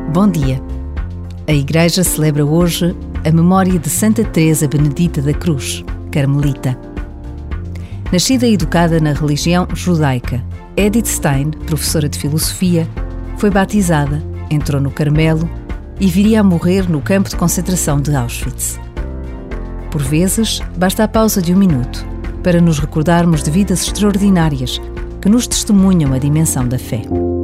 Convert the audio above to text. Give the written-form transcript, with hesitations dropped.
Bom dia. A Igreja celebra hoje a memória de Santa Teresa Benedita da Cruz, carmelita. Nascida e educada na religião judaica, Edith Stein, professora de filosofia, foi batizada, entrou no Carmelo e viria a morrer no campo de concentração de Auschwitz. Por vezes, basta a pausa de 1 minuto para nos recordarmos de vidas extraordinárias que nos testemunham a dimensão da fé.